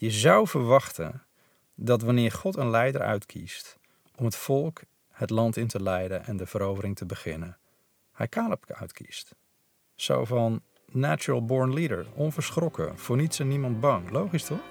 Je zou verwachten dat wanneer God een leider uitkiest om het volk het land in te leiden en de verovering te beginnen, hij Caleb uitkiest. Zo van natural born leader, onverschrokken, voor niets en niemand bang. Logisch toch?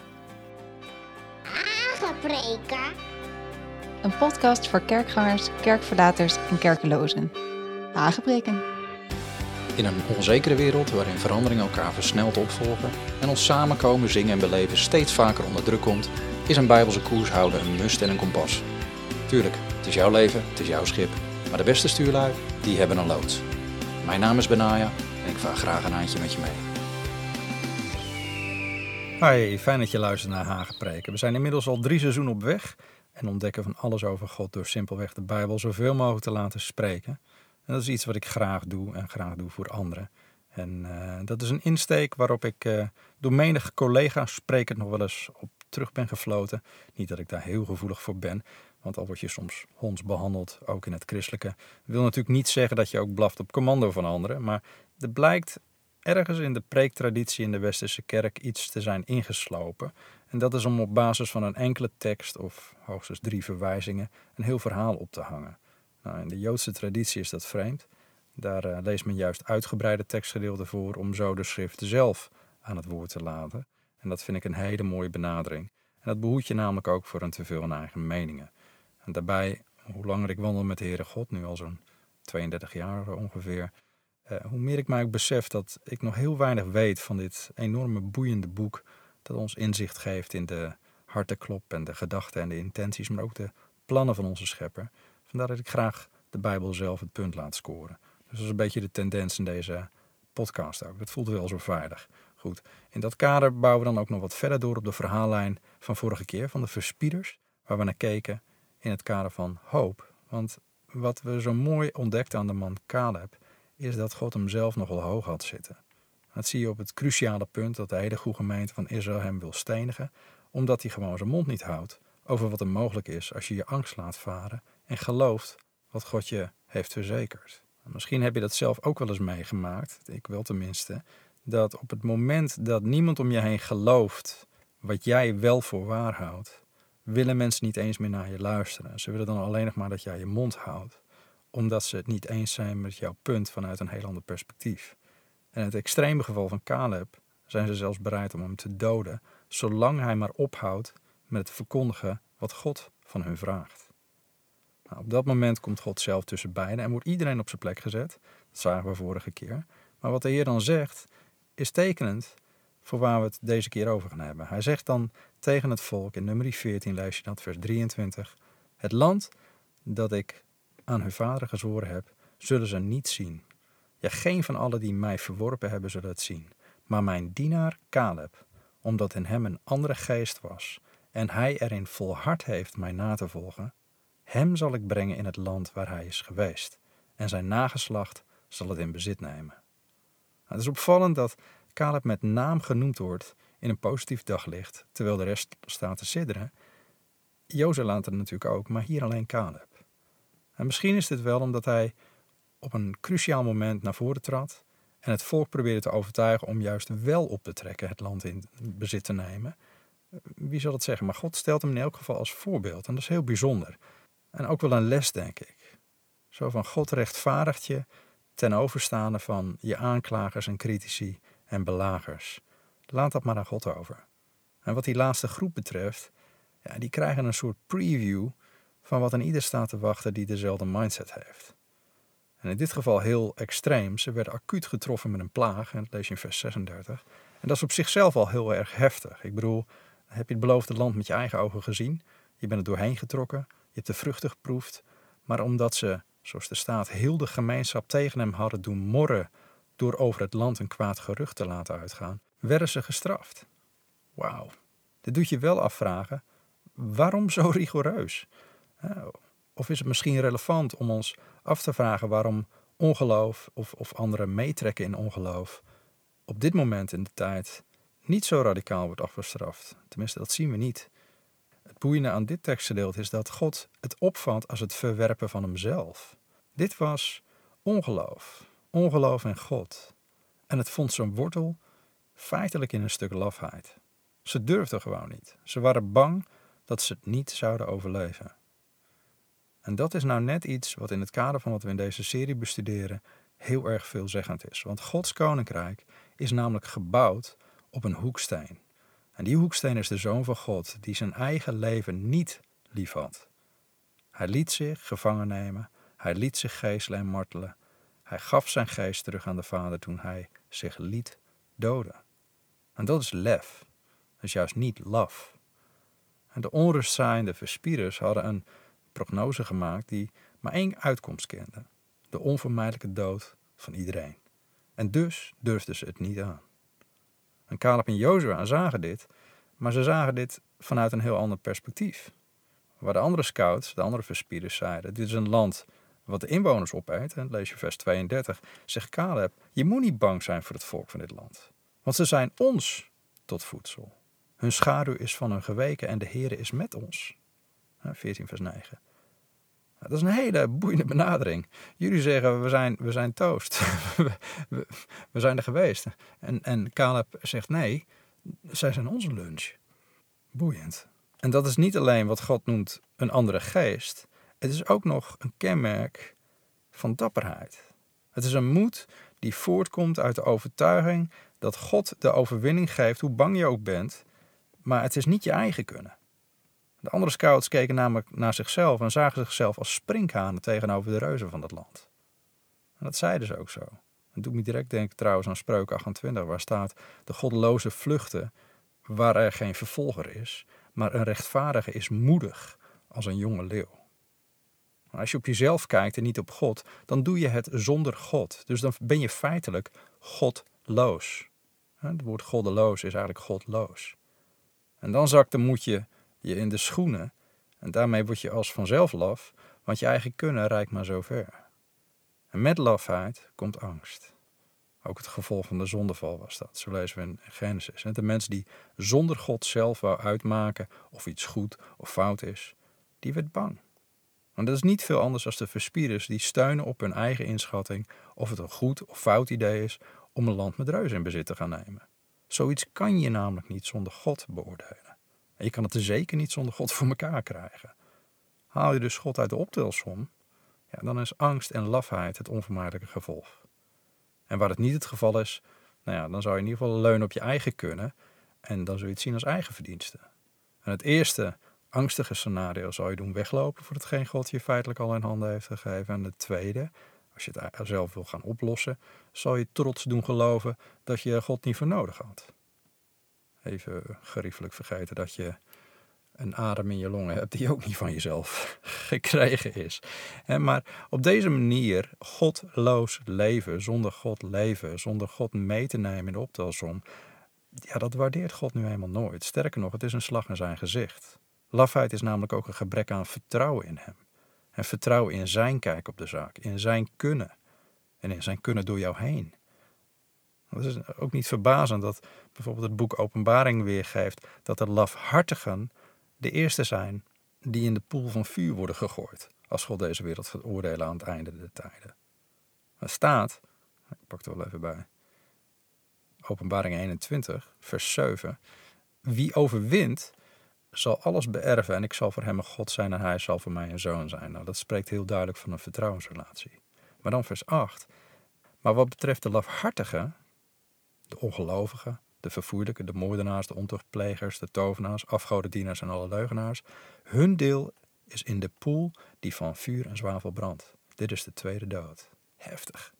Aangepreken. Een podcast voor kerkgangers, kerkverlaters en kerkelozen. Aangepreken. In een onzekere wereld waarin veranderingen elkaar versneld opvolgen en ons samenkomen, zingen en beleven steeds vaker onder druk komt, is een bijbelse koers houden een must en een kompas. Tuurlijk, het is jouw leven, het is jouw schip, maar de beste stuurlui, die hebben een loods. Mijn naam is Benaya en ik vaar graag een handje met je mee. Hoi, fijn dat je luistert naar Hagepreken. We zijn inmiddels al 3 seizoenen op weg en ontdekken van alles over God door simpelweg de Bijbel zoveel mogelijk te laten spreken. En dat is iets wat ik graag doe en graag doe voor anderen. En dat is een insteek waarop ik door menige collega's sprekend nog wel eens op terug ben gefloten. Niet dat ik daar heel gevoelig voor ben, want al word je soms honds behandeld, ook in het christelijke. Wil natuurlijk niet zeggen dat je ook blaft op commando van anderen, maar er blijkt ergens in de preektraditie in de Westerse kerk iets te zijn ingeslopen. En dat is om op basis van een enkele tekst of hoogstens 3 verwijzingen een heel verhaal op te hangen. Nou, in de Joodse traditie is dat vreemd. Daar leest men juist uitgebreide tekstgedeelten voor om zo de schrift zelf aan het woord te laten. En dat vind ik een hele mooie benadering. En dat behoedt je namelijk ook voor een teveel aan eigen meningen. En daarbij, hoe langer ik wandel met de Heere God, nu al zo'n 32 jaar ongeveer, hoe meer ik mij ook besef dat ik nog heel weinig weet van dit enorme boeiende boek dat ons inzicht geeft in de harteklop en de gedachten en de intenties, maar ook de plannen van onze schepper. Vandaar dat ik graag de Bijbel zelf het punt laat scoren. Dus dat is een beetje de tendens in deze podcast ook. Dat voelt wel zo veilig. Goed, in dat kader bouwen we dan ook nog wat verder door op de verhaallijn van vorige keer, van de verspieders, waar we naar keken in het kader van hoop. Want wat we zo mooi ontdekten aan de man Caleb, is dat God hem zelf nogal hoog had zitten. Dat zie je op het cruciale punt dat de hele goede gemeente van Israël hem wil stenigen, omdat hij gewoon zijn mond niet houdt over wat er mogelijk is als je je angst laat varen en gelooft wat God je heeft verzekerd. Misschien heb je dat zelf ook wel eens meegemaakt, ik wel tenminste, dat op het moment dat niemand om je heen gelooft wat jij wel voor waar houdt, willen mensen niet eens meer naar je luisteren. Ze willen dan alleen nog maar dat jij je mond houdt, omdat ze het niet eens zijn met jouw punt vanuit een heel ander perspectief. En in het extreme geval van Caleb zijn ze zelfs bereid om hem te doden, zolang hij maar ophoudt met het verkondigen wat God van hun vraagt. Nou, op dat moment komt God zelf tussen beiden en wordt iedereen op zijn plek gezet. Dat zagen we vorige keer. Maar wat de Heer dan zegt, is tekenend voor waar we het deze keer over gaan hebben. Hij zegt dan tegen het volk, in nummer 14 lees je dat, vers 23. Het land dat ik aan hun vader gezworen heb, zullen ze niet zien. Ja, geen van allen die mij verworpen hebben, zullen het zien. Maar mijn dienaar Caleb, omdat in hem een andere geest was en hij erin volhard heeft mij na te volgen, hem zal ik brengen in het land waar hij is geweest en zijn nageslacht zal het in bezit nemen. Nou, het is opvallend dat Caleb met naam genoemd wordt in een positief daglicht, terwijl de rest staat te sidderen. Jozua later natuurlijk ook, maar hier alleen Caleb. En misschien is dit wel omdat hij op een cruciaal moment naar voren trad en het volk probeerde te overtuigen om juist wel op te trekken, het land in bezit te nemen. Wie zal het zeggen? Maar God stelt hem in elk geval als voorbeeld en dat is heel bijzonder. En ook wel een les, denk ik. Zo van God rechtvaardigt je ten overstaande van je aanklagers en critici en belagers. Laat dat maar aan God over. En wat die laatste groep betreft, ja, die krijgen een soort preview van wat aan ieder staat te wachten die dezelfde mindset heeft. En in dit geval heel extreem. Ze werden acuut getroffen met een plaag, en dat lees je in vers 36. En dat is op zichzelf al heel erg heftig. Ik bedoel, heb je het beloofde land met je eigen ogen gezien? Je bent er doorheen getrokken, je hebt de vruchten geproefd. Maar omdat ze, zoals de staat, heel de gemeenschap tegen hem hadden doen morren door over het land een kwaad gerucht te laten uitgaan, werden ze gestraft. Wauw. Dit doet je wel afvragen, waarom zo rigoureus? Of is het misschien relevant om ons af te vragen waarom ongeloof of anderen meetrekken in ongeloof op dit moment in de tijd niet zo radicaal wordt afgestraft? Tenminste, dat zien we niet. Het boeiende aan dit tekstgedeelte is dat God het opvat als het verwerpen van hemzelf. Dit was ongeloof. Ongeloof in God. En het vond zijn wortel feitelijk in een stuk lafheid. Ze durfden gewoon niet. Ze waren bang dat ze het niet zouden overleven. En dat is nou net iets wat in het kader van wat we in deze serie bestuderen heel erg veelzeggend is. Want Gods koninkrijk is namelijk gebouwd op een hoeksteen. En die hoeksteen is de Zoon van God die zijn eigen leven niet liefhad. Hij liet zich gevangen nemen. Hij liet zich geeselen en martelen. Hij gaf zijn geest terug aan de Vader toen hij zich liet doden. En dat is lef. Dat is juist niet laf. En de onrustzaaiende verspieders hadden een prognose gemaakt die maar één uitkomst kende. De onvermijdelijke dood van iedereen. En dus durfden ze het niet aan. En Caleb en Jozua zagen dit, maar ze zagen dit vanuit een heel ander perspectief. Waar de andere scouts, de andere verspieders zeiden, dit is een land wat de inwoners opeet. En lees je vers 32, zegt Caleb, je moet niet bang zijn voor het volk van dit land. Want ze zijn ons tot voedsel. Hun schaduw is van hun geweken en de Heere is met ons. 14 vers 9. Dat is een hele boeiende benadering. Jullie zeggen, we zijn toast. we zijn er geweest. En Caleb zegt, nee, zij zijn onze lunch. Boeiend. En dat is niet alleen wat God noemt een andere geest. Het is ook nog een kenmerk van dapperheid. Het is een moed die voortkomt uit de overtuiging dat God de overwinning geeft, hoe bang je ook bent. Maar het is niet je eigen kunnen. De andere scouts keken namelijk naar zichzelf en zagen zichzelf als sprinkhanen tegenover de reuzen van dat land. En dat zeiden ze ook zo. Dat doet me direct denken trouwens aan Spreuken 28, waar staat: de goddeloze vluchten waar er geen vervolger is, maar een rechtvaardige is moedig als een jonge leeuw. Maar als je op jezelf kijkt en niet op God, dan doe je het zonder God. Dus dan ben je feitelijk godloos. Het woord goddeloos is eigenlijk godloos. En dan zakt de moedje je in de schoenen en daarmee word je als vanzelf laf, want je eigen kunnen reikt maar zo ver. En met lafheid komt angst. Ook het gevolg van de zondeval was dat. Zo lezen we in Genesis. En de mens die zonder God zelf wou uitmaken of iets goed of fout is, die werd bang. En dat is niet veel anders dan de verspieders die steunen op hun eigen inschatting of het een goed of fout idee is om een land met reuzen in bezit te gaan nemen. Zoiets kan je namelijk niet zonder God beoordelen. En je kan het er zeker niet zonder God voor elkaar krijgen. Haal je dus God uit de optelsom, ja, dan is angst en lafheid het onvermijdelijke gevolg. En waar het niet het geval is, nou ja, dan zou je in ieder geval leunen op je eigen kunnen en dan zul je het zien als eigen verdienste. En het eerste angstige scenario zou je doen weglopen voor hetgeen God je feitelijk al in handen heeft gegeven. En het tweede, als je het zelf wil gaan oplossen, zal je trots doen geloven dat je God niet voor nodig had. Even geriefelijk vergeten dat je een adem in je longen hebt die ook niet van jezelf gekregen is. Maar op deze manier godloos leven, zonder God leven, zonder God mee te nemen in de optelsom, ja, dat waardeert God nu eenmaal nooit. Sterker nog, het is een slag in zijn gezicht. Lafheid is namelijk ook een gebrek aan vertrouwen in hem. En vertrouwen in zijn kijk op de zaak, in zijn kunnen. En in zijn kunnen door jou heen. Het is ook niet verbazend dat bijvoorbeeld het boek Openbaring weergeeft dat de lafhartigen de eerste zijn die in de poel van vuur worden gegooid, als God deze wereld gaat oordelen aan het einde der tijden. Er staat, ik pak het er wel even bij, Openbaring 21, vers 7, wie overwint zal alles beërven en ik zal voor hem een God zijn en hij zal voor mij een zoon zijn. Nou, dat spreekt heel duidelijk van een vertrouwensrelatie. Maar dan vers 8, maar wat betreft de lafhartigen, de ongelovigen, de verfoeilijken, de moordenaars, de ontuchtplegers, de tovenaars, afgodendienaars en alle leugenaars, hun deel is in de poel die van vuur en zwavel brandt. Dit is de tweede dood. Heftig.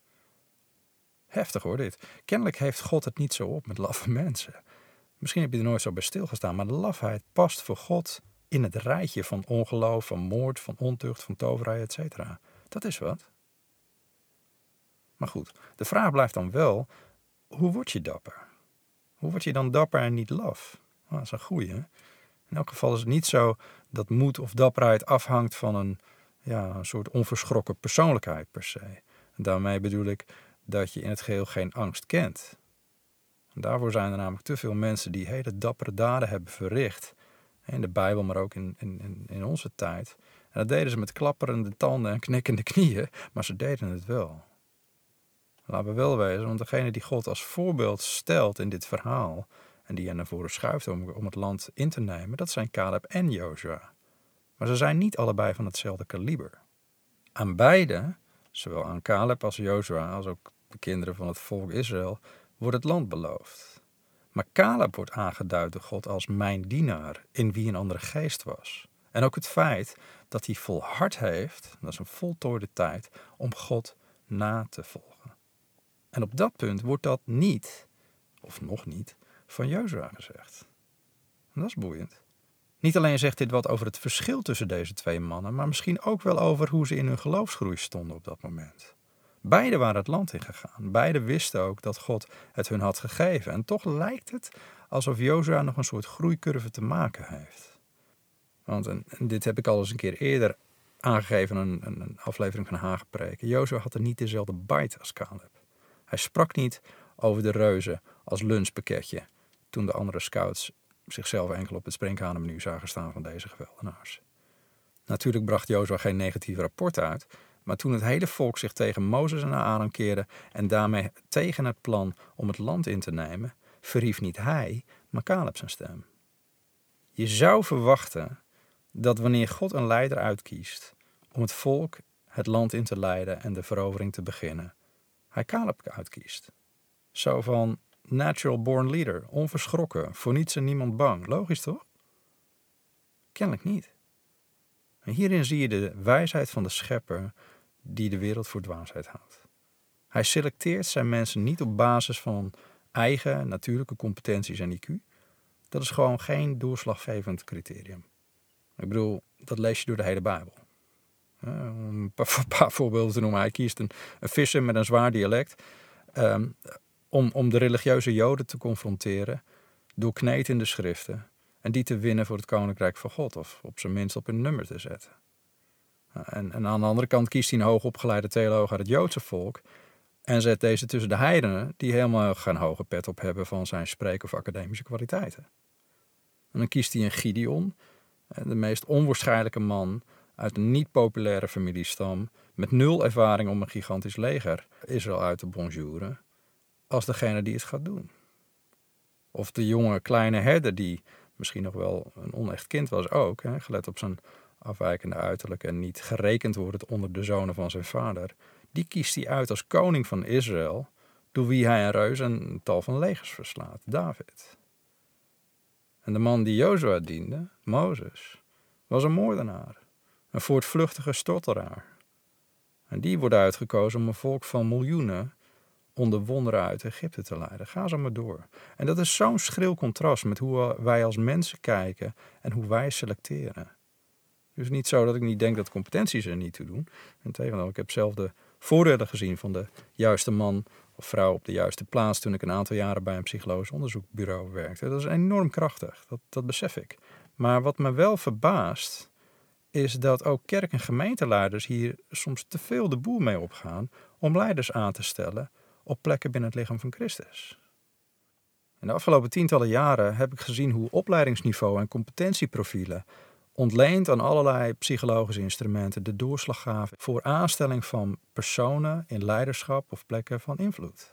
Heftig hoor dit. Kennelijk heeft God het niet zo op met laffe mensen. Misschien heb je er nooit zo bij stilgestaan, maar de lafheid past voor God in het rijtje van ongeloof, van moord, van ontucht, van toverij, etc. Dat is wat. Maar goed, de vraag blijft dan wel, hoe word je dapper? Hoe word je dan dapper en niet laf? Nou, dat is een goeie. In elk geval is het niet zo dat moed of dapperheid afhangt van een soort onverschrokken persoonlijkheid per se. En daarmee bedoel ik dat je in het geheel geen angst kent. En daarvoor zijn er namelijk te veel mensen die hele dappere daden hebben verricht. In de Bijbel, maar ook in onze tijd. En dat deden ze met klapperende tanden en knikkende knieën, maar ze deden het wel. Laten we wel wezen, want degene die God als voorbeeld stelt in dit verhaal en die er naar voren schuift om het land in te nemen, dat zijn Caleb en Jozua. Maar ze zijn niet allebei van hetzelfde kaliber. Aan beide, zowel aan Caleb als Jozua, als ook de kinderen van het volk Israël, wordt het land beloofd. Maar Caleb wordt aangeduid door God als mijn dienaar, in wie een andere geest was. En ook het feit dat hij volhard heeft, dat is een voltooide tijd, om God na te volgen. En op dat punt wordt dat niet, of nog niet, van Jozua gezegd. En dat is boeiend. Niet alleen zegt dit wat over het verschil tussen deze twee mannen, maar misschien ook wel over hoe ze in hun geloofsgroei stonden op dat moment. Beiden waren het land ingegaan. Beiden wisten ook dat God het hun had gegeven. En toch lijkt het alsof Jozua nog een soort groeicurve te maken heeft. Want, en dit heb ik al eens een keer eerder aangegeven in een aflevering van Hagepreken. Jozua had er niet dezelfde bite als Caleb. Hij sprak niet over de reuzen als lunchpakketje toen de andere scouts zichzelf enkel op het sprinkhanenmenu zagen staan van deze geweldenaars. Natuurlijk bracht Jozua geen negatief rapport uit, maar toen het hele volk zich tegen Mozes en Aaron keerde en daarmee tegen het plan om het land in te nemen, verhief niet hij, maar Caleb zijn stem. Je zou verwachten dat wanneer God een leider uitkiest om het volk het land in te leiden en de verovering te beginnen, hij Caleb uitkiest. Zo van natural born leader, onverschrokken, voor niets en niemand bang. Logisch toch? Kennelijk niet. En hierin zie je de wijsheid van de schepper die de wereld voor dwaasheid houdt. Hij selecteert zijn mensen niet op basis van eigen natuurlijke competenties en IQ. Dat is gewoon geen doorslaggevend criterium. Ik bedoel, dat lees je door de hele Bijbel. Om een paar voorbeelden te noemen. Hij kiest een visser met een zwaar dialect om de religieuze Joden te confronteren, doorkneed in de schriften en die te winnen voor het koninkrijk van God, of op zijn minst op hun nummer te zetten. En aan de andere kant kiest hij een hoogopgeleide theoloog uit het Joodse volk en zet deze tussen de heidenen die helemaal geen hoge pet op hebben van zijn spreek- of academische kwaliteiten. En dan kiest hij een Gideon, de meest onwaarschijnlijke man uit een niet-populaire familiestam met 0 ervaring om een gigantisch leger Israël uit te bonjouren, als degene die het gaat doen. Of de jonge kleine herder die misschien nog wel een onecht kind was ook, gelet op zijn afwijkende uiterlijk en niet gerekend wordt onder de zonen van zijn vader, die kiest hij uit als koning van Israël, door wie hij een reus en een tal van legers verslaat, David. En de man die Jozua diende, Mozes, was een moordenaar, een voortvluchtige stotteraar. En die wordt uitgekozen om een volk van miljoenen onder wonderen uit Egypte te leiden. Ga zo maar door. En dat is zo'n schril contrast met hoe wij als mensen kijken en hoe wij selecteren. Dus niet zo dat ik niet denk dat competenties er niet toe doen. Integendeel, ik heb zelf de voordelen gezien van de juiste man of vrouw op de juiste plaats toen ik een aantal jaren bij een psychologisch onderzoekbureau werkte. Dat is enorm krachtig, dat besef ik. Maar wat me wel verbaast, is dat ook kerk- en gemeenteleiders hier soms te veel de boel mee opgaan om leiders aan te stellen op plekken binnen het lichaam van Christus. In de afgelopen tientallen jaren heb ik gezien hoe opleidingsniveau en competentieprofielen, ontleend aan allerlei psychologische instrumenten, de doorslag gaven voor aanstelling van personen in leiderschap of plekken van invloed.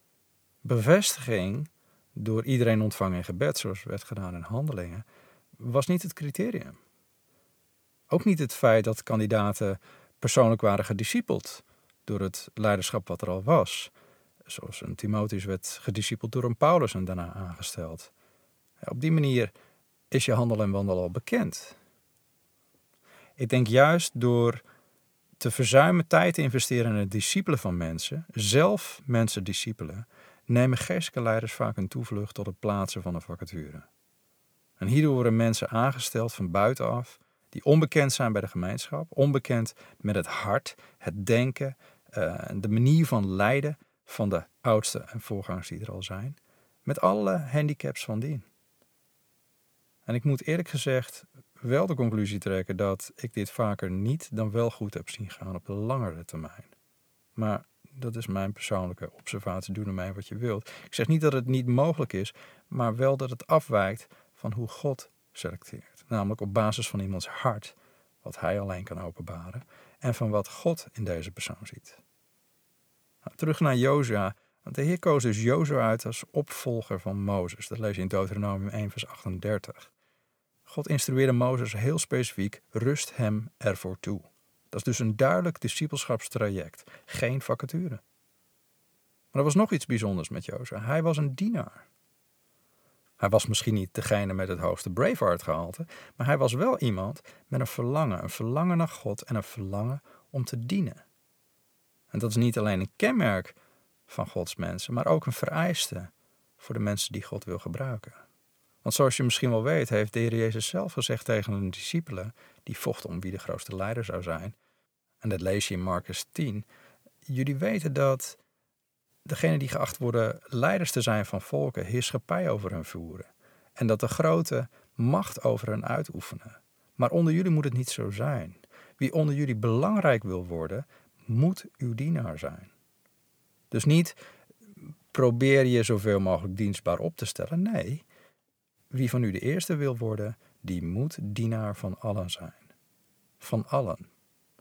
Bevestiging door iedereen ontvangen in gebed, zoals werd gedaan in Handelingen, was niet het criterium. Ook niet het feit dat kandidaten persoonlijk waren gediscipeld door het leiderschap wat er al was. Zoals een Timotheus werd gediscipeld door een Paulus en daarna aangesteld. Op die manier is je handel en wandel al bekend. Ik denk juist door te verzuimen tijd te investeren in het discipelen van mensen, zelf mensen discipelen, nemen geestelijke leiders vaak een toevlucht tot het plaatsen van een vacature. En hierdoor worden mensen aangesteld van buitenaf, die onbekend zijn bij de gemeenschap, onbekend met het hart, het denken, de manier van leiden van de oudste en voorgangers die er al zijn, met alle handicaps van dien. En ik moet eerlijk gezegd wel de conclusie trekken dat ik dit vaker niet dan wel goed heb zien gaan op de langere termijn. Maar dat is mijn persoonlijke observatie, doe ermee wat je wilt. Ik zeg niet dat het niet mogelijk is, maar wel dat het afwijkt van hoe God selecteert. Namelijk op basis van iemands hart, wat hij alleen kan openbaren, en van wat God in deze persoon ziet. Nou, terug naar Jozua. Want de Heer koos dus Jozua uit als opvolger van Mozes. Dat lees je in Deuteronomium 1 vers 38. God instrueerde Mozes heel specifiek, rust hem ervoor toe. Dat is dus een duidelijk discipelschapstraject, geen vacature. Maar er was nog iets bijzonders met Jozua. Hij was een dienaar. Hij was misschien niet degene met het hoogste Braveheart-gehalte, maar hij was wel iemand met een verlangen naar God en een verlangen om te dienen. En dat is niet alleen een kenmerk van Gods mensen, maar ook een vereiste voor de mensen die God wil gebruiken. Want zoals je misschien wel weet, heeft de Heer Jezus zelf gezegd tegen de discipelen, die vochten om wie de grootste leider zou zijn. En dat lees je in Marcus 10. Jullie weten dat degenen die geacht worden leiders te zijn van volken, heerschappij over hen voeren. En dat de grote macht over hen uitoefenen. Maar onder jullie moet het niet zo zijn. Wie onder jullie belangrijk wil worden, moet uw dienaar zijn. Dus niet probeer je zoveel mogelijk dienstbaar op te stellen. Nee, wie van u de eerste wil worden, die moet dienaar van allen zijn. Van allen.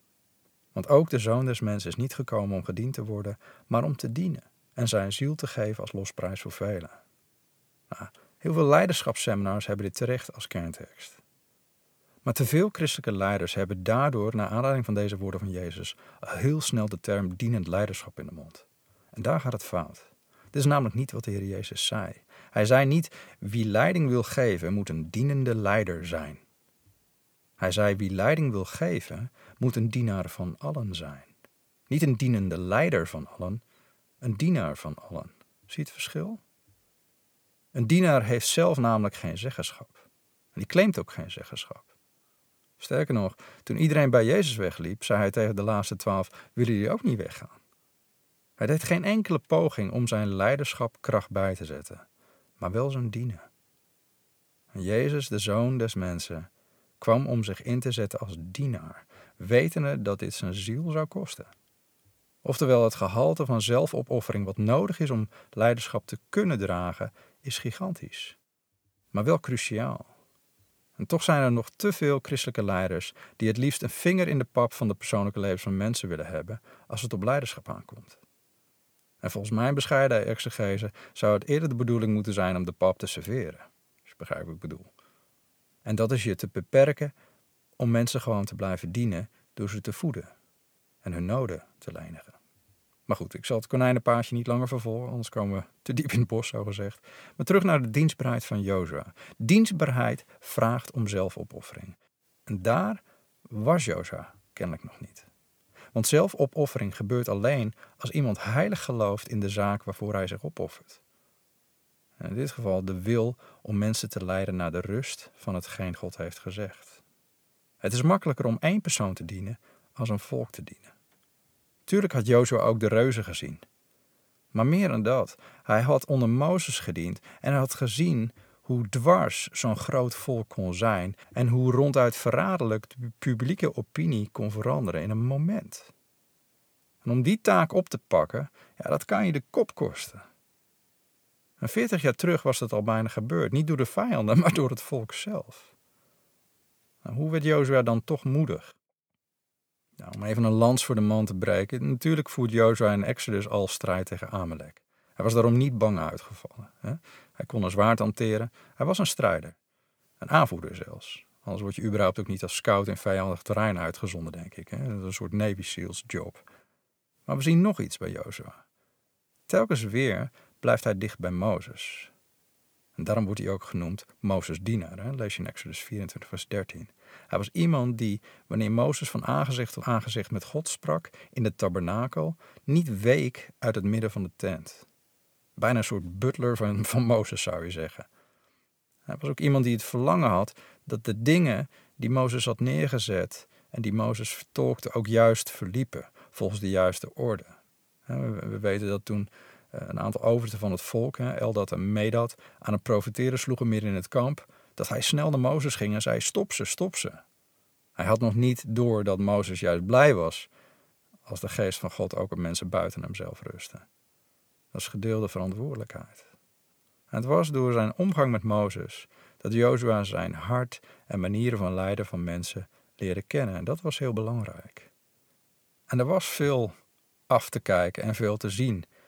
Want ook de Zoon des Mensen is niet gekomen om gediend te worden, maar om te dienen en zijn ziel te geven als losprijs voor velen. Nou, heel veel leiderschapsseminars hebben dit terecht als kerntekst. Maar te veel christelijke leiders hebben daardoor, naar aanleiding van deze woorden van Jezus, heel snel de term dienend leiderschap in de mond. En daar gaat het fout. Dit is namelijk niet wat de Heer Jezus zei. Hij zei niet, wie leiding wil geven, moet een dienende leider zijn. Hij zei, wie leiding wil geven, moet een dienaar van allen zijn. Niet een dienende leider van allen, een dienaar van allen. Zie je het verschil? Een dienaar heeft zelf namelijk geen zeggenschap. En die claimt ook geen zeggenschap. Sterker nog, toen iedereen bij Jezus wegliep, zei hij tegen de laatste 12, willen jullie ook niet weggaan? Hij deed geen enkele poging om zijn leiderschap kracht bij te zetten, maar wel zijn dienen. En Jezus, de Zoon des Mensen, kwam om zich in te zetten als dienaar, wetende dat dit zijn ziel zou kosten. Oftewel, het gehalte van zelfopoffering wat nodig is om leiderschap te kunnen dragen, is gigantisch. Maar wel cruciaal. En toch zijn er nog te veel christelijke leiders die het liefst een vinger in de pap van de persoonlijke levens van mensen willen hebben als het op leiderschap aankomt. En volgens mijn bescheiden exegese zou het eerder de bedoeling moeten zijn om de pap te serveren. Als je begrijpt wat ik bedoel. En dat is je te beperken om mensen gewoon te blijven dienen door ze te voeden en hun noden te lenigen. Maar goed, ik zal het konijnenpaadje niet langer vervolgen, anders komen we te diep in het bos, zo gezegd. Maar terug naar de dienstbaarheid van Jozua. Dienstbaarheid vraagt om zelfopoffering. En daar was Jozua kennelijk nog niet. Want zelfopoffering gebeurt alleen als iemand heilig gelooft in de zaak waarvoor hij zich opoffert. En in dit geval de wil om mensen te leiden naar de rust van hetgeen God heeft gezegd. Het is makkelijker om één persoon te dienen als een volk te dienen. Tuurlijk had Jozua ook de reuzen gezien. Maar meer dan dat, hij had onder Mozes gediend en hij had gezien hoe dwars zo'n groot volk kon zijn en hoe ronduit verraderlijk de publieke opinie kon veranderen in een moment. En om die taak op te pakken, ja, dat kan je de kop kosten. En 40 jaar terug was dat al bijna gebeurd, niet door de vijanden, maar door het volk zelf. Nou, hoe werd Jozua dan toch moedig? Nou, om even een lans voor de man te breken. Natuurlijk voert Jozua in Exodus al strijd tegen Amalek. Hij was daarom niet bang uitgevallen. Hè? Hij kon een zwaard hanteren. Hij was een strijder. Een aanvoerder zelfs. Anders word je überhaupt ook niet als scout in vijandig terrein uitgezonden, denk ik. Hè? Dat is een soort Navy Seals job. Maar we zien nog iets bij Jozua. Telkens weer blijft hij dicht bij Mozes. En daarom wordt hij ook genoemd Mozes' dienaar. Hè? Lees je in Exodus 24 vers 13. Hij was iemand die, wanneer Mozes van aangezicht tot aangezicht met God sprak in de tabernakel, niet week uit het midden van de tent. Bijna een soort butler van Mozes, zou je zeggen. Hij was ook iemand die het verlangen had dat de dingen die Mozes had neergezet en die Mozes vertolkte ook juist verliepen, volgens de juiste orde. We weten dat toen een aantal oversten van het volk, Eldad en Medad, aan het profeteren sloegen midden in het kamp, dat hij snel naar Mozes ging en zei, stop ze. Hij had nog niet door dat Mozes juist blij was als de geest van God ook op mensen buiten hemzelf rustte. Dat is gedeelde verantwoordelijkheid. En het was door zijn omgang met Mozes dat Jozua zijn hart en manieren van leiden van mensen leerde kennen. En dat was heel belangrijk. En er was veel af te kijken en veel te zien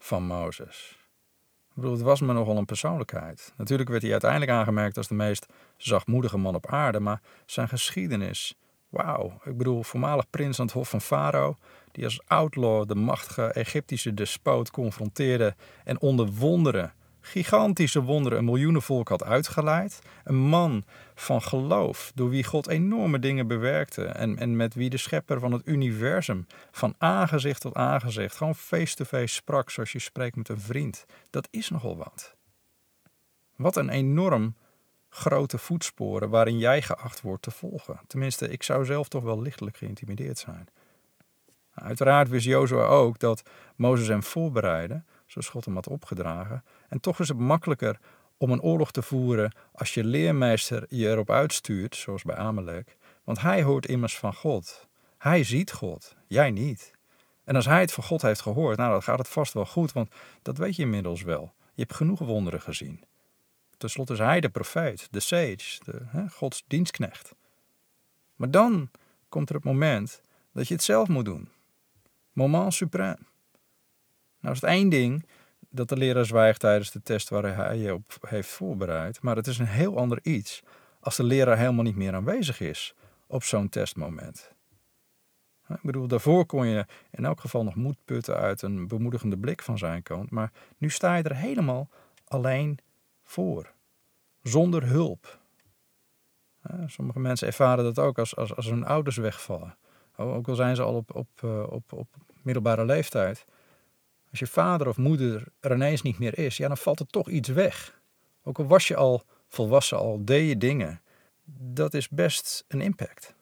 van Mozes. Ik bedoel, het was me nogal een persoonlijkheid. Natuurlijk werd hij uiteindelijk aangemerkt als de meest zachtmoedige man op aarde, maar zijn geschiedenis, wauw. Ik bedoel, voormalig prins aan het hof van Farao, die als outlaw de machtige Egyptische despoot confronteerde en onder wonderen, gigantische wonderen, een miljoenenvolk had uitgeleid. Een man van geloof, door wie God enorme dingen bewerkte en met wie de schepper van het universum van aangezicht tot aangezicht gewoon face-to-face sprak zoals je spreekt met een vriend. Dat is nogal wat. Wat een enorm grote voetsporen waarin jij geacht wordt te volgen. Tenminste, ik zou zelf toch wel lichtelijk geïntimideerd zijn. Uiteraard wist Jozua ook dat Mozes hem voorbereidde, zoals God hem had opgedragen. En toch is het makkelijker om een oorlog te voeren als je leermeester je erop uitstuurt, zoals bij Amalek. Want hij hoort immers van God. Hij ziet God, jij niet. En als hij het van God heeft gehoord, nou dan gaat het vast wel goed, want dat weet je inmiddels wel. Je hebt genoeg wonderen gezien. Ten slotte is hij de profeet, de sage, Gods dienstknecht. Maar dan komt er het moment dat je het zelf moet doen. Moment suprême. Nou is het één ding dat de leraar zwijgt tijdens de test waar hij je op heeft voorbereid. Maar het is een heel ander iets als de leraar helemaal niet meer aanwezig is op zo'n testmoment. Ik bedoel, daarvoor kon je in elk geval nog moed putten uit een bemoedigende blik van zijn kant. Maar nu sta je er helemaal alleen voor. Zonder hulp. Sommige mensen ervaren dat ook als hun ouders wegvallen. Ook al zijn ze al op middelbare leeftijd. Als je vader of moeder er ineens niet meer is, ja, dan valt er toch iets weg. Ook al was je al volwassen, al deed je dingen. Dat is best een impact.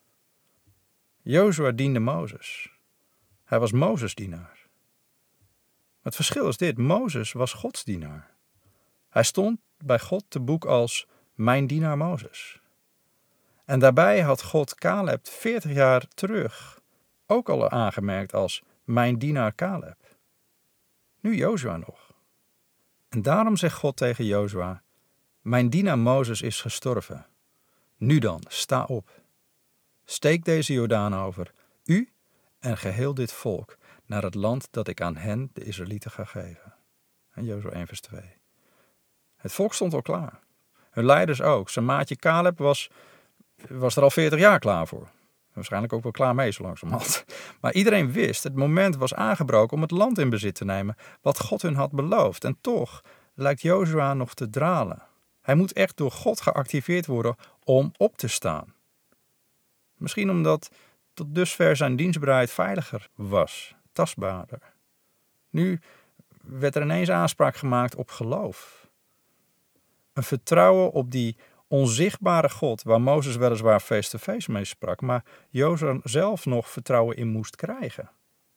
Jozua diende Mozes. Hij was Mozes' dienaar. Het verschil is dit. Mozes was Gods dienaar. Hij stond bij God te boek als mijn dienaar Mozes. En daarbij had God Caleb 40 jaar terug ook al aangemerkt als mijn dienaar Caleb. Nu Jozua nog. En daarom zegt God tegen Jozua, mijn dienaar Mozes is gestorven. Nu dan, sta op. Steek deze Jordaan over, u en geheel dit volk, naar het land dat ik aan hen, de Israëlieten, ga geven. En Jozua 1 vers 2. Het volk stond al klaar. Hun leiders ook. Zijn maatje Caleb was er al 40 jaar klaar voor. Waarschijnlijk ook wel klaar mee zo langzamerhand. Maar iedereen wist, het moment was aangebroken om het land in bezit te nemen wat God hun had beloofd. En toch lijkt Jozua nog te dralen. Hij moet echt door God geactiveerd worden om op te staan. Misschien omdat tot dusver zijn dienstbaarheid veiliger was, tastbaarder. Nu werd er ineens aanspraak gemaakt op geloof. Een vertrouwen op die onzichtbare God, waar Mozes weliswaar face-to-face mee sprak, maar Jozua zelf nog vertrouwen in moest krijgen.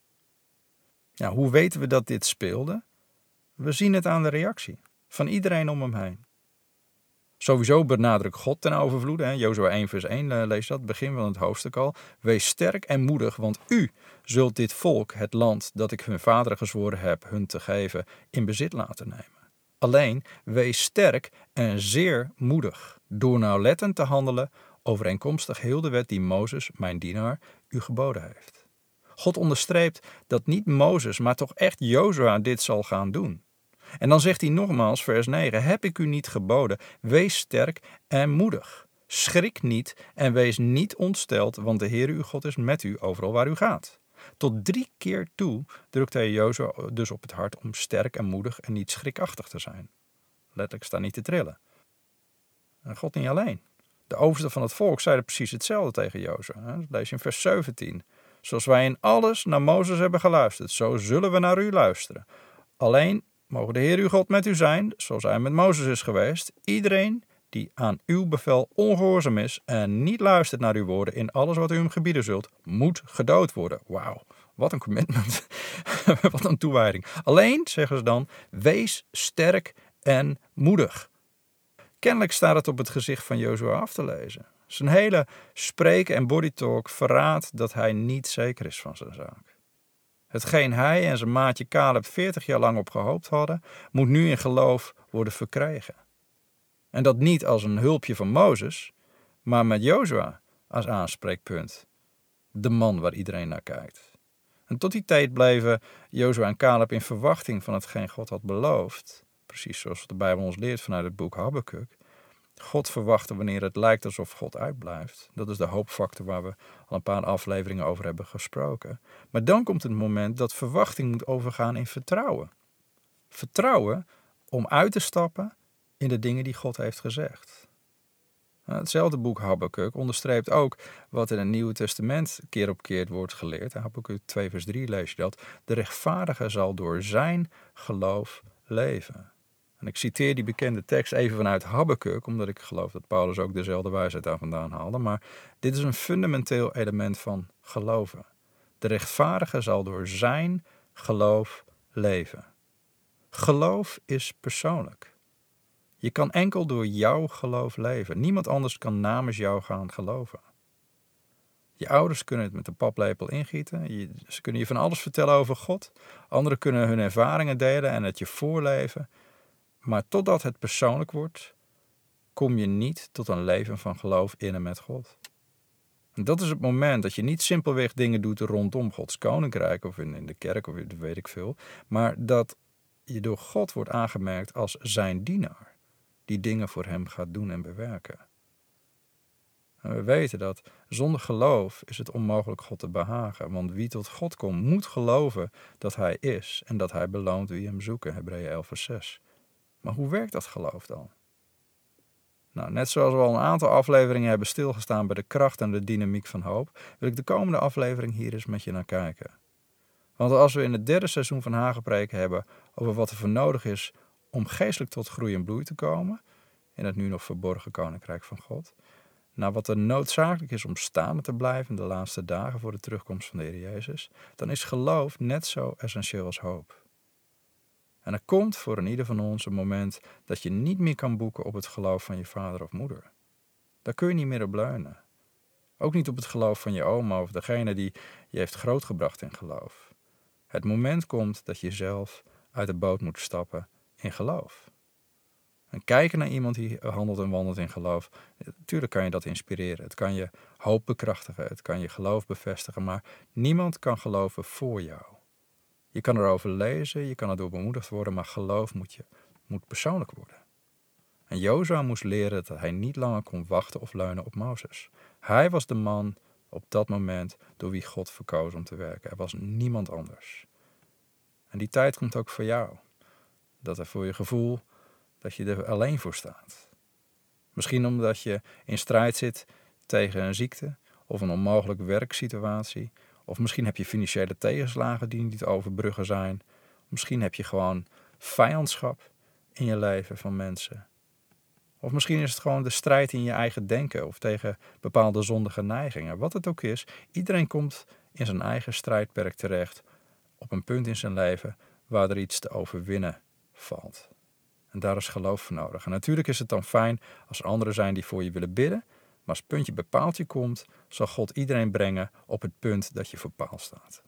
Ja, hoe weten we dat dit speelde? We zien het aan de reactie van iedereen om hem heen. Sowieso benadrukt God ten overvloede. Jozua 1 vers 1 lees dat, begin van het hoofdstuk al. Wees sterk en moedig, want u zult dit volk, het land dat ik hun vaderen gezworen heb hun te geven, in bezit laten nemen. Alleen, wees sterk en zeer moedig, door nauwlettend te handelen, overeenkomstig heel de wet die Mozes, mijn dienaar, u geboden heeft. God onderstreept dat niet Mozes, maar toch echt Jozua dit zal gaan doen. En dan zegt hij nogmaals, vers 9, heb ik u niet geboden, wees sterk en moedig. Schrik niet en wees niet ontsteld, want de Heer uw God is met u overal waar u gaat. Tot 3 keer toe drukte hij Jozua dus op het hart om sterk en moedig en niet schrikachtig te zijn. Letterlijk staan niet te trillen. En God niet alleen. De oversten van het volk zeiden precies hetzelfde tegen Jozua. Dat lees je in vers 17. Zoals wij in alles naar Mozes hebben geluisterd, zo zullen we naar u luisteren. Alleen mogen de Heer uw God met u zijn, zoals hij met Mozes is geweest. Iedereen die aan uw bevel ongehoorzaam is en niet luistert naar uw woorden in alles wat u hem gebieden zult, moet gedood worden. Wauw, wat een commitment. Wat een toewijding. Alleen, zeggen ze dan, wees sterk en moedig. Kennelijk staat het op het gezicht van Jozua af te lezen. Zijn hele spreken en bodytalk verraadt dat hij niet zeker is van zijn zaak. Hetgeen hij en zijn maatje Caleb 40 jaar lang op gehoopt hadden, moet nu in geloof worden verkregen. En dat niet als een hulpje van Mozes, maar met Jozua als aanspreekpunt. De man waar iedereen naar kijkt. En tot die tijd bleven Jozua en Caleb in verwachting van hetgeen God had beloofd. Precies zoals de Bijbel ons leert vanuit het boek Habakuk. God verwachten wanneer het lijkt alsof God uitblijft. Dat is de hoopfactor waar we al een paar afleveringen over hebben gesproken. Maar dan komt het moment dat verwachting moet overgaan in vertrouwen. Vertrouwen om uit te stappen in de dingen die God heeft gezegd. Hetzelfde boek Habakuk onderstreept ook wat in het Nieuwe Testament keer op keer wordt geleerd. In Habakuk 2 vers 3 lees je dat. De rechtvaardige zal door zijn geloof leven. En ik citeer die bekende tekst even vanuit Habakuk, omdat ik geloof dat Paulus ook dezelfde wijsheid daar vandaan haalde. Maar dit is een fundamenteel element van geloven. De rechtvaardige zal door zijn geloof leven. Geloof is persoonlijk. Je kan enkel door jouw geloof leven. Niemand anders kan namens jou gaan geloven. Je ouders kunnen het met de paplepel ingieten. Ze kunnen je van alles vertellen over God. Anderen kunnen hun ervaringen delen en het je voorleven. Maar totdat het persoonlijk wordt, kom je niet tot een leven van geloof in en met God. En dat is het moment dat je niet simpelweg dingen doet rondom Gods koninkrijk of in de kerk of weet ik veel. Maar dat je door God wordt aangemerkt als zijn dienaar. Die dingen voor hem gaat doen en bewerken. En we weten dat zonder geloof is het onmogelijk God te behagen. Want wie tot God komt moet geloven dat hij is en dat hij beloont wie hem zoeken. Hebreeën 11 vers 6. Maar hoe werkt dat geloof dan? Nou, net zoals we al een aantal afleveringen hebben stilgestaan bij de kracht en de dynamiek van hoop, wil ik de komende aflevering hier eens met je naar kijken. Want als we in het 3e seizoen van Hagepreken hebben over wat er voor nodig is om geestelijk tot groei en bloei te komen, in het nu nog verborgen koninkrijk van God, naar wat er noodzakelijk is om staande te blijven in de laatste dagen voor de terugkomst van de Heer Jezus, dan is geloof net zo essentieel als hoop. En er komt voor een ieder van ons een moment dat je niet meer kan boeken op het geloof van je vader of moeder. Daar kun je niet meer op leunen. Ook niet op het geloof van je oma of degene die je heeft grootgebracht in geloof. Het moment komt dat je zelf uit de boot moet stappen in geloof. En kijken naar iemand die handelt en wandelt in geloof, natuurlijk kan je dat inspireren. Het kan je hoop bekrachtigen, het kan je geloof bevestigen, maar niemand kan geloven voor jou. Je kan erover lezen, je kan erdoor bemoedigd worden, maar geloof moet persoonlijk worden. En Jozua moest leren dat hij niet langer kon wachten of leunen op Mozes. Hij was de man op dat moment door wie God verkoos om te werken. Er was niemand anders. En die tijd komt ook voor jou. Dat er voor je gevoel dat je er alleen voor staat. Misschien omdat je in strijd zit tegen een ziekte of een onmogelijke werksituatie. Of misschien heb je financiële tegenslagen die niet te overbruggen zijn. Misschien heb je gewoon vijandschap in je leven van mensen. Of misschien is het gewoon de strijd in je eigen denken of tegen bepaalde zondige neigingen. Wat het ook is, iedereen komt in zijn eigen strijdperk terecht op een punt in zijn leven waar er iets te overwinnen valt. En daar is geloof voor nodig. En natuurlijk is het dan fijn als er anderen zijn die voor je willen bidden. Maar als het puntje bij paaltje komt, zal God iedereen brengen op het punt dat je voor paal staat.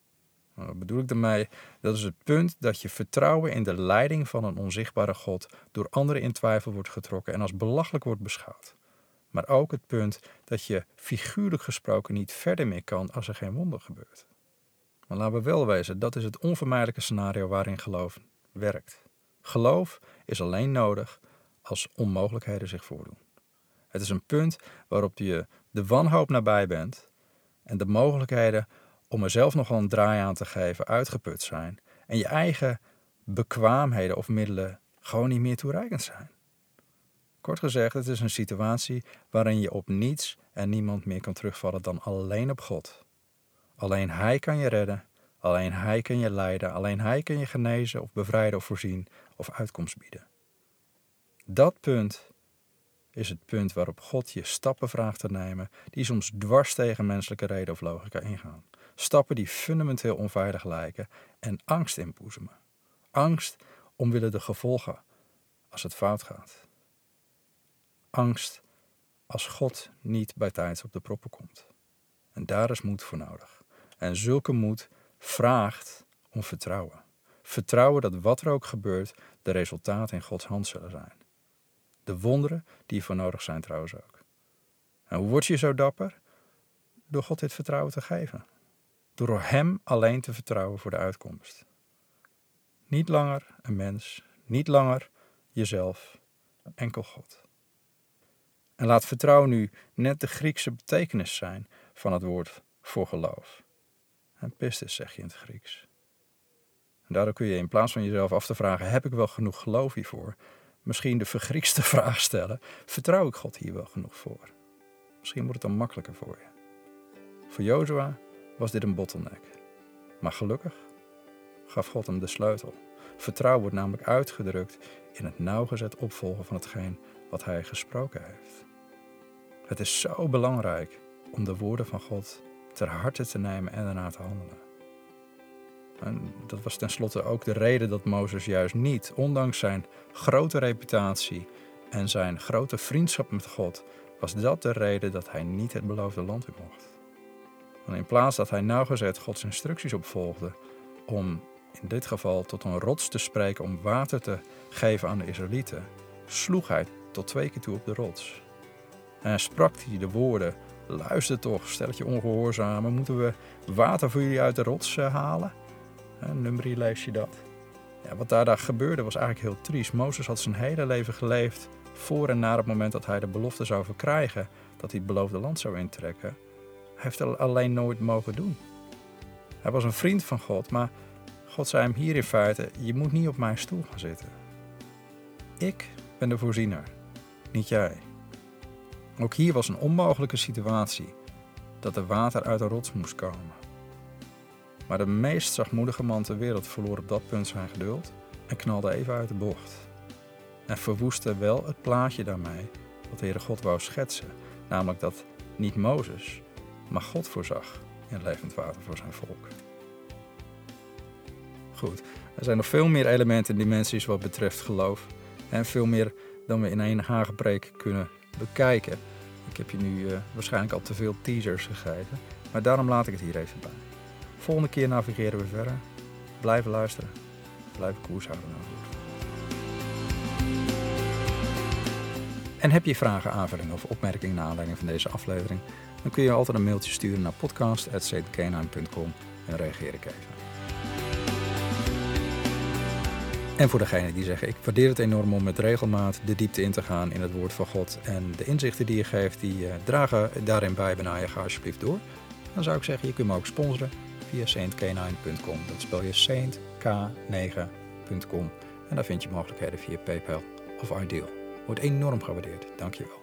Nou, wat bedoel ik daarmee? Dat is het punt dat je vertrouwen in de leiding van een onzichtbare God door anderen in twijfel wordt getrokken en als belachelijk wordt beschouwd. Maar ook het punt dat je figuurlijk gesproken niet verder meer kan als er geen wonder gebeurt. Maar laten we wel wezen, dat is het onvermijdelijke scenario waarin geloof werkt. Geloof is alleen nodig als onmogelijkheden zich voordoen. Het is een punt waarop je de wanhoop nabij bent en de mogelijkheden om er zelf nog wel een draai aan te geven uitgeput zijn en je eigen bekwaamheden of middelen gewoon niet meer toereikend zijn. Kort gezegd, het is een situatie waarin je op niets en niemand meer kan terugvallen dan alleen op God. Alleen Hij kan je redden, alleen Hij kan je leiden, alleen Hij kan je genezen of bevrijden of voorzien of uitkomst bieden. Dat punt is het punt waarop God je stappen vraagt te nemen die soms dwars tegen menselijke reden of logica ingaan. Stappen die fundamenteel onveilig lijken en angst inboezemen. Angst omwille de gevolgen als het fout gaat. Angst als God niet bij tijds op de proppen komt. En daar is moed voor nodig. En zulke moed vraagt om vertrouwen. Vertrouwen dat wat er ook gebeurt, de resultaten in Gods hand zullen zijn. De wonderen die ervoor nodig zijn trouwens ook. En hoe word je zo dapper? Door God dit vertrouwen te geven. door hem alleen te vertrouwen voor de uitkomst. Niet langer een mens, niet langer jezelf, enkel God. En laat vertrouwen nu net de Griekse betekenis zijn van het woord voor geloof. En pistis zeg je in het Grieks. En daardoor kun je in plaats van jezelf af te vragen, heb ik wel genoeg geloof hiervoor? Misschien de vergriekste vraag stellen, vertrouw ik God hier wel genoeg voor? Misschien wordt het dan makkelijker voor je. Voor Jozua was dit een bottleneck. Maar gelukkig gaf God hem de sleutel. Vertrouwen wordt namelijk uitgedrukt in het nauwgezet opvolgen van hetgeen wat hij gesproken heeft. Het is zo belangrijk om de woorden van God ter harte te nemen en daarna te handelen. En dat was tenslotte ook de reden dat Mozes juist niet, ondanks zijn grote reputatie en zijn grote vriendschap met God, was dat de reden dat hij niet het beloofde land in mocht. Want in plaats dat hij nauwgezet Gods instructies opvolgde om in dit geval tot een rots te spreken om water te geven aan de Israëlieten, sloeg hij tot 2 keer toe op de rots. En hij sprak hij de woorden, luister toch, stelletje ongehoorzamen, moeten we water voor jullie uit de rots halen? In Numeri lees je dat. Ja, wat daar gebeurde was eigenlijk heel triest. Mozes had zijn hele leven geleefd voor en na het moment dat hij de belofte zou verkrijgen, dat hij het beloofde land zou intrekken. Hij heeft het alleen nooit mogen doen. Hij was een vriend van God, maar God zei hem hier in feite, je moet niet op mijn stoel gaan zitten. Ik ben de voorziener, niet jij. Ook hier was een onmogelijke situatie, dat er water uit de rots moest komen. Maar de meest zachtmoedige man ter wereld verloor op dat punt zijn geduld en knalde even uit de bocht. En verwoestte wel het plaatje daarmee wat de Heere God wou schetsen, namelijk dat niet Mozes, maar God voorzag in levend water voor zijn volk. Goed, er zijn nog veel meer elementen en dimensies wat betreft geloof en veel meer dan we in één hagepreek kunnen bekijken. Ik heb je nu waarschijnlijk al te veel teasers gegeven, maar daarom laat ik het hier even bij. Volgende keer navigeren we verder. Blijven luisteren. Blijven koers houden naar het woord. En heb je vragen, aanvullingen of opmerkingen naar aanleiding van deze aflevering? Dan kun je altijd een mailtje sturen naar podcast@saintcanine.com en reageer ik even. En voor degenen die zeggen, ik waardeer het enorm om met regelmaat de diepte in te gaan in het woord van God. En de inzichten die je geeft, die dragen daarin bij. Benaar, ga alsjeblieft door. Dan zou ik zeggen, je kunt me ook sponsoren via saintcanine.com. Dat spel je saintk9.com. En daar vind je mogelijkheden via PayPal of Ideal. Wordt enorm gewaardeerd. Dankjewel.